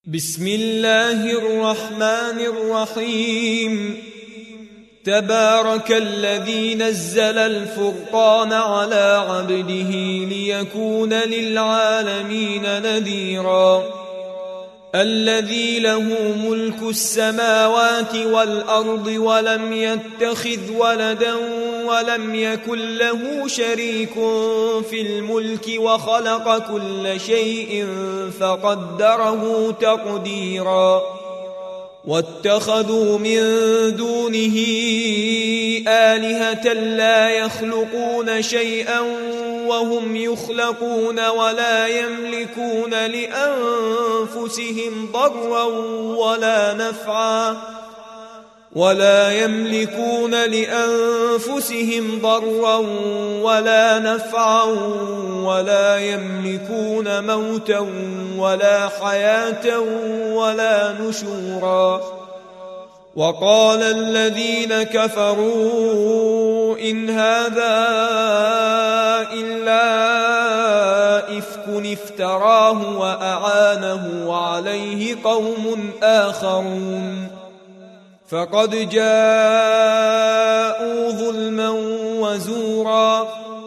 بسم الله الرحمن الرحيم. تبارك الذي نزل الفرقان على عبده ليكون للعالمين نذيرا. الذي له ملك السماوات والأرض ولم يتخذ ولدا ولم يكن له شريك في الملك وخلق كل شيء فقدره تقديرا. واتخذوا من دونه آلهة لا يخلقون شيئا وهم يخلقون ولا يملكون لأنفسهم ضرا ولا نفعا ولا يملكون موتا ولا حياة ولا نشورا. وقال الذين كفروا إن هذا إلا إفك افتراه وأعانه عليه قوم آخرون فقد جاءوا ظلما وزورا.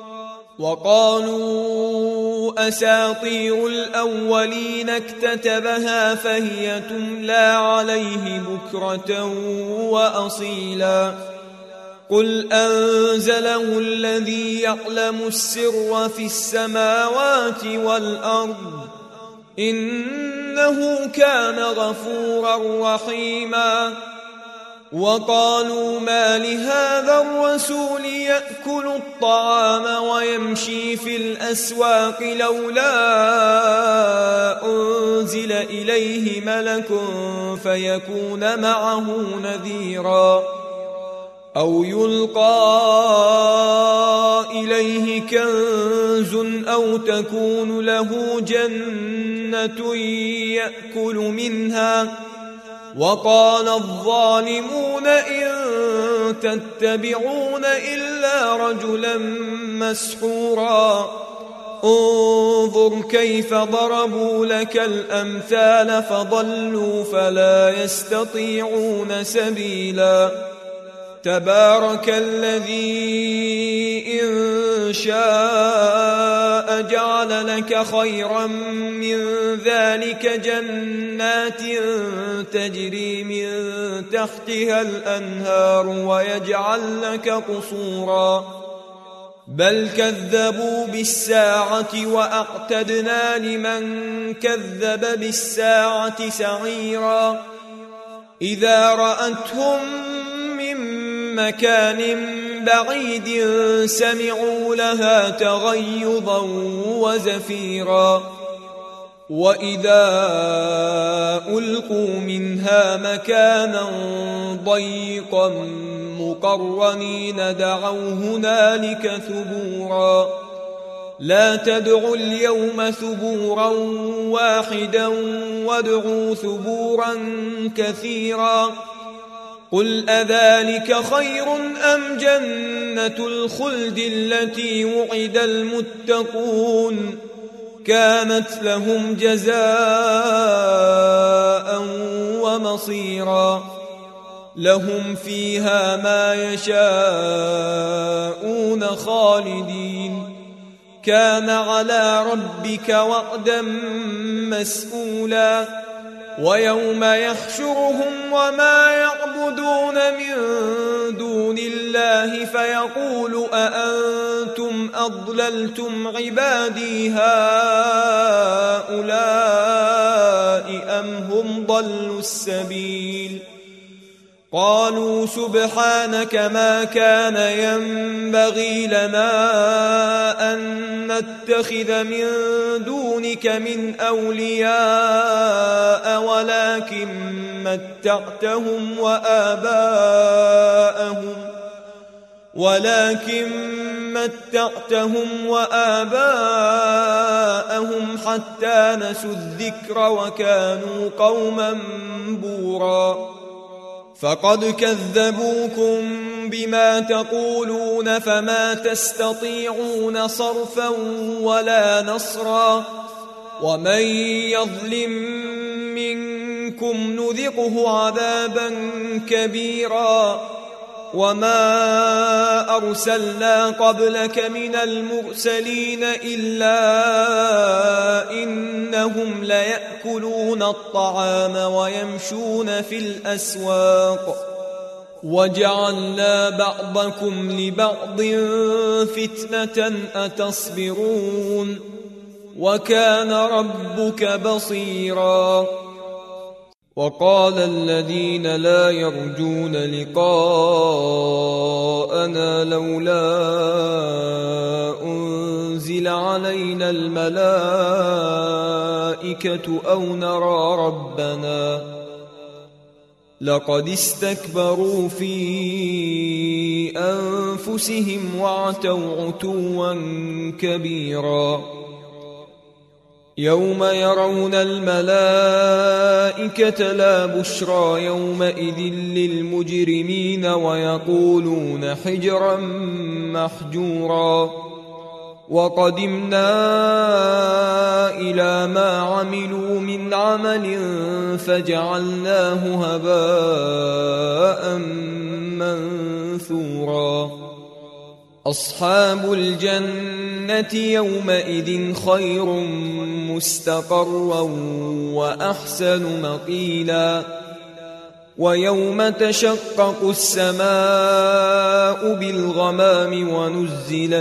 وقالوا أساطير الأولين اكتتبها فهي تملى عليه بكرة وأصيلا. قل أنزله الذي يعلم السر في السماوات والأرض إنه كان غفورا رحيما. وقالوا ما لهذا الرسول يأكل الطعام ويمشي في الأسواق لولا أنزل إليه ملك فيكون معه نذيرا أو يلقى إليه كنز أو تكون له جنة يأكل منها. وقال الظالمون إن تتبعون إلا رجلا مسحورا. انظر كيف ضربوا لك الأمثال فضلوا فلا يستطيعون سبيلا. تبارك الذي إن شاء جعل لك خيرا من ذلك جنات تجري من تحتها الأنهار ويجعل لك قصورا. بل كذبوا بالساعة وأعتدنا لمن كذب بالساعة سعيرا. إذا رأتهم من مكان بعيد سمعوا لها تغيظا وزفيرا. وإذا ألقوا منها مكانا ضيقا مقرنين دعوا هنالك ثبورا. لا تدعوا اليوم ثبورا واحدا وادعوا ثبورا كثيرا. قل أذلك خير أم جنة الخلد التي وعد المتقون كانت لهم جزاء ومصيرا. لهم فيها ما يشاءون خالدين كان على ربك وعدا مسئولا. ويوم يحشرهم وما يعبدون من دون الله فيقول أأنتم أضللتم عبادي هؤلاء أم هم ضلوا السبيل. قالوا سبحانك ما كان ينبغي لنا أن نتخذ من دونك من أولياء ولكن متعتهم وآباءهم حتى نسوا الذكر وكانوا قوما بورا. فقد كذبوكم بما تقولون فما تستطيعون صرفا ولا نصرا. ومن يظلم منكم منكم نذقه عذابا كبيرا وما أرسلنا قبلك من المرسلين إلا إنهم ليأكلون الطعام ويمشون في الأسواق وجعلنا بعضكم لبعض فتنة أتصبرون وكان ربك بصيرا. وقال الذين لا يرجون لقاءنا لولا أنزل علينا الملائكة أو نرى ربنا لقد استكبروا في أنفسهم وعتوا عتوا كبيرا. يوم يرون الملائكة لا بشرى يومئذ للمجرمين ويقولون حجرا محجورا. وقدمنا إلى ما عملوا من عمل فجعلناه هباء منثورا. أصحاب الجنة يومئذ خير مستقرا وأحسن مقيلا. ويوم تشقق السماء بالغمام ونزل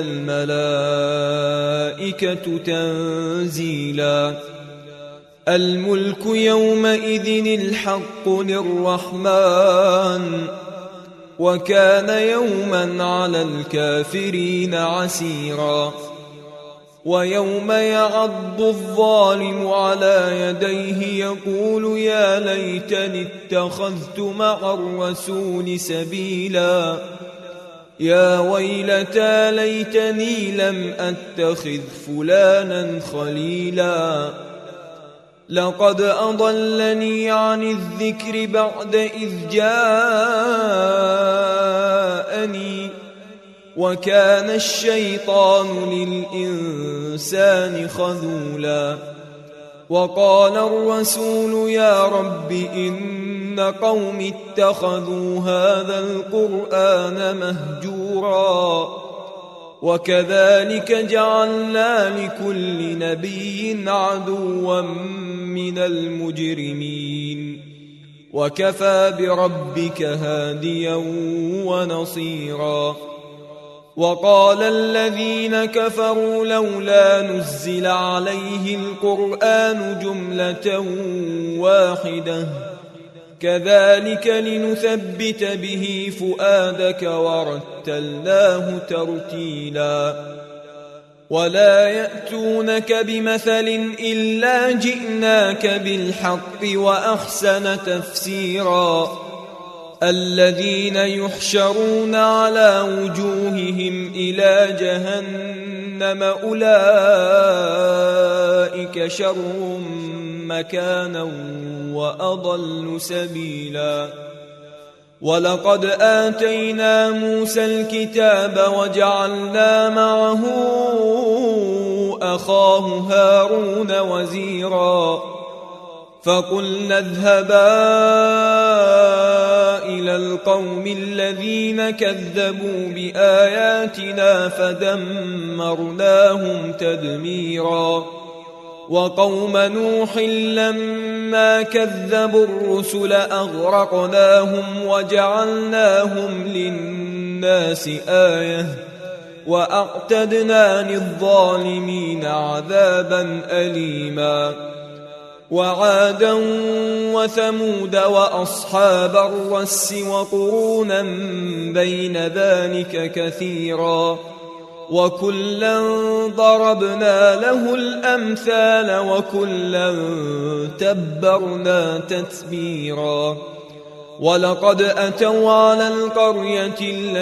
الملائكة تنزيلا. الملك يومئذ الحق للرحمن وكان يوما على الكافرين عسيرا. ويوم يعض الظالم على يديه يقول يا ليتني اتخذت مع الرسول سبيلا. يا ويلتى ليتني لم أتخذ فلانا خليلا. لقد أضلني عن الذكر بعد إذ جاءني وكان الشيطان للإنسان خذولا. وقال الرسول يا رب إن قوم اتخذوا هذا القرآن مهجورا. وكذلك جعلنا لكل نبي عدوا من المجرمين وكفى بربك هاديا ونصيرا. وقال الذين كفروا لولا نزل عليه القرآن جملة واحدة كذلك لنثبت به فؤادك ورتلناه ترتيلا. ولا يأتونك بمثل إلا جئناك بالحق وأحسن تفسيرا. الذين يحشرون على وجوههم إلى جهنم أولئك شر مكانا وأضل سبيلا. ولقد آتينا موسى الكتاب وجعلنا معه أخاه هارون وزيرا. فقلنا اذهبا إلى القوم الذين كذبوا بآياتنا فدمرناهم تدميرا. وقوم نوح لما كذبوا الرسل أغرقناهم وجعلناهم للناس آية وأعتدنا للظالمين عذابا أليما. وعادا وثمود وأصحاب الرس وقرونا بين ذلك كثيرا. وكلا ضربنا له الأمثال وكلا تبرنا تتبيرا. ولقد أتوا على القرية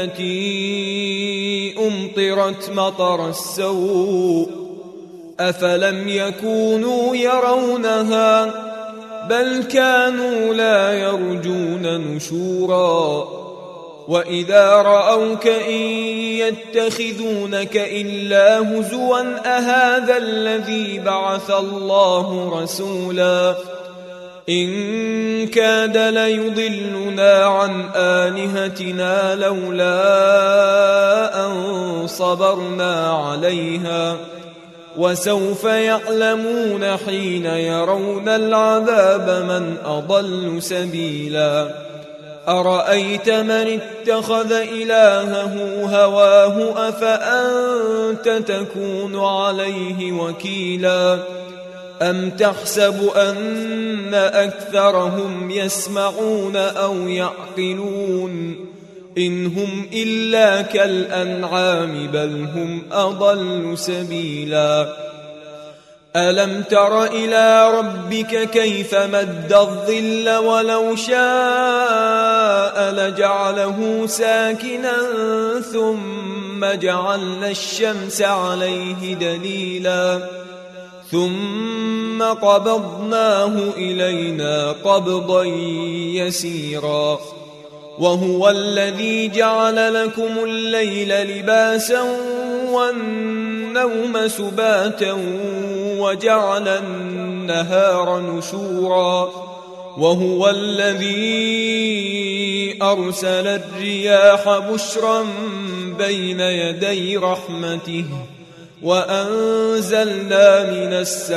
التي أمطرت مطر السوء أفلم يكونوا يرونها بل كانوا لا يرجون نشورا. وإذا رأوك إن يتخذونك إلا هزوا أهذا الذي بعث الله رسولا إن كاد ليضلنا عن آلهتنا لولا أن صبرنا عليها وسوف يعلمون حين يرون العذاب من أضل سبيلا أرأيت من اتخذ إلهه هواه أفأنت تكون عليه وكيلا أم تحسب أن أكثرهم يسمعون أو يعقلون إن هم إلا كالأنعام بل هم أضل سبيلا ألم تر إلى ربك كيف مد الظل ولو شاء لجعله ساكنا ثم جعلنا الشمس عليه دليلا ثم قبضناه إلينا قبضا يسيرا وهو الذي جعل لكم الليل لباسا والنوم سباتا وجعل النهار نشورا وهو الذي أرسل الرياح بشرا بين يدي رحمته وأنزلنا من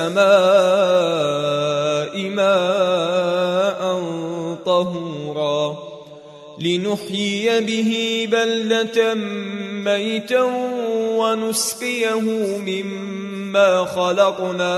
السماء ماء طهورا لنحيي به بلدة ميتا ونسقيه مما خلقنا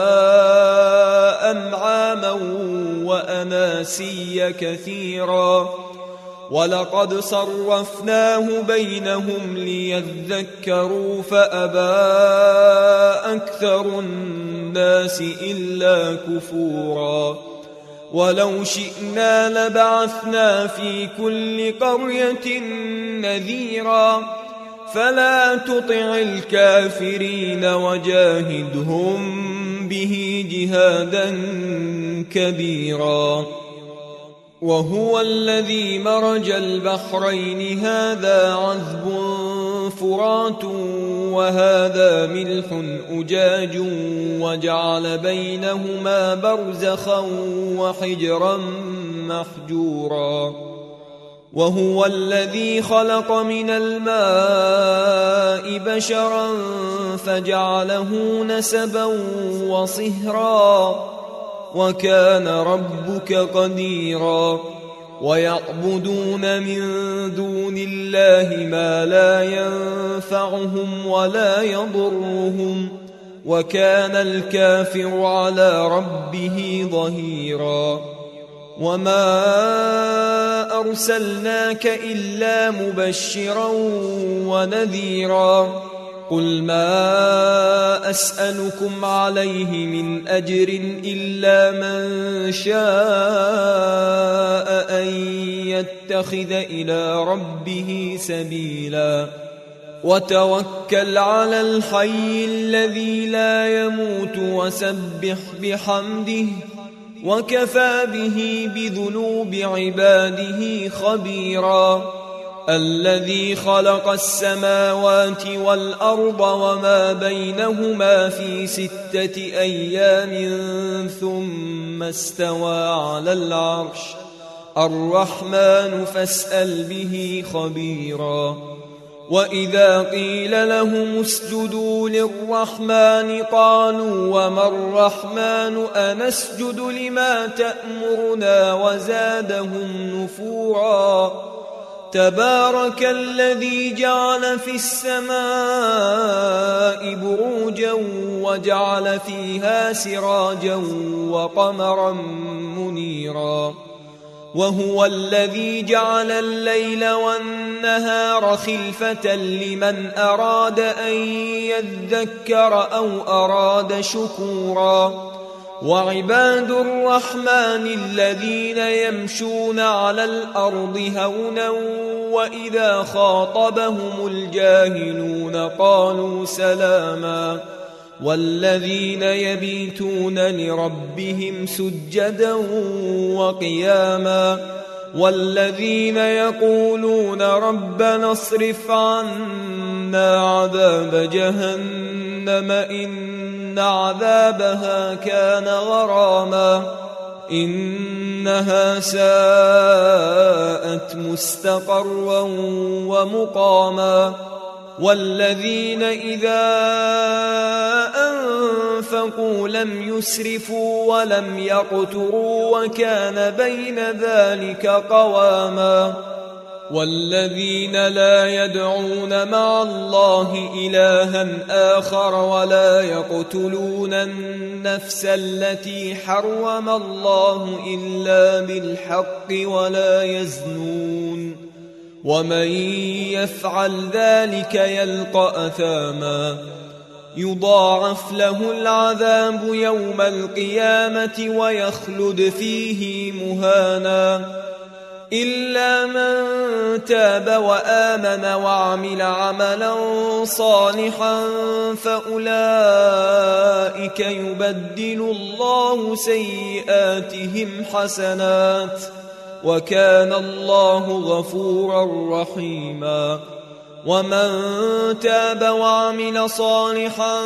أنعاما وأناسيا كثيرا ولقد صرفناه بينهم ليذكروا فأبى أكثر الناس إلا كفورا ولو شئنا لبعثنا في كل قرية نذيرا فلا تطع الكافرين وجاهدهم به جهادا كبيرا وهو الذي مرج البحرين هذا عذب فرات وهذا ملح أجاج وجعل بينهما برزخا وحجرا محجورا وهو الذي خلق من الماء بشرا فجعله نسبا وصهرا وكان ربك قديرا ويعبدون من دون الله ما لا ينفعهم ولا يضرهم وكان الكافر على ربه ظهيرا وما أرسلناك إلا مبشرا ونذيرا قل ما أسألكم عليه من أجر إلا من شاء أن يتخذ إلى ربه سبيلا وتوكل على الحي الذي لا يموت وسبح بحمده وكفى به بذنوب عباده خبيرا الذي خلق السماوات والأرض وما بينهما في 6 أيام ثم استوى على العرش الرحمن فاسأل به خبيرا وإذا قيل لهم اسجدوا للرحمن قالوا وما الرحمن أنسجد لما تأمرنا وزادهم نفورا تبارك الذي جعل في السماء بروجا وجعل فيها سراجا وقمرا منيرا وهو الذي جعل الليل والنهار خلفة لمن أراد أن يذكر أو أراد شكورا وعباد الرحمن الذين يمشون على الأرض هونا وإذا خاطبهم الجاهلون قالوا سلاما والذين يبيتون لربهم سجدا وقياما والذين يقولون ربنا اصرف عنا عذاب جهنم إن عذابها كان غراما إنها ساءت مستقرا ومقاما والذين إذا أنفقوا لم يسرفوا ولم يقتروا وكان بين ذلك قواما والذين لا يدعون مع الله إلها آخر ولا يقتلون النفس التي حرم الله إلا بالحق ولا يزنون ومن يفعل ذلك يلقى أثاما يضاعف له العذاب يوم القيامة ويخلد فيه مهانا إلا من تاب وآمن وعمل عملا صالحا فأولئك يبدل الله سيئاتهم حسنات وكان الله غفورا رحيما ومن تاب وعمل صالحا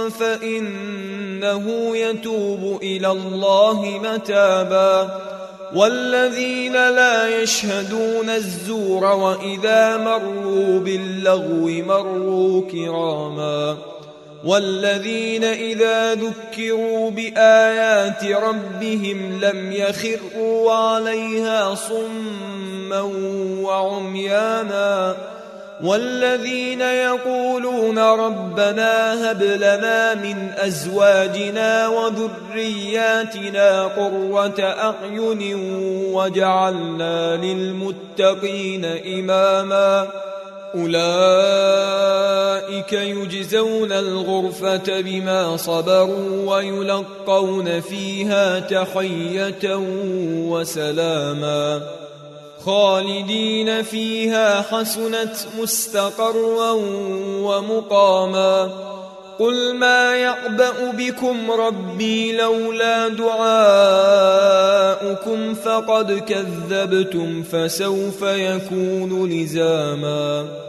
فإنه يتوب إلى الله متابا والذين لا يشهدون الزور وإذا مروا باللغو مروا كراما والذين إذا ذكروا بآيات ربهم لم يخروا عليها صما وعميانا والذين يقولون ربنا هب لنا من أزواجنا وذرياتنا قرة أعين وجعلنا للمتقين إماما أولئك يجزون الغرفة بما صبروا ويلقون فيها تحية وسلاما خالدين فيها حسنت مستقرا ومقاما قل ما يعبأ بكم ربي لولا دعاؤكم فقد كذبتم فسوف يكون لزاما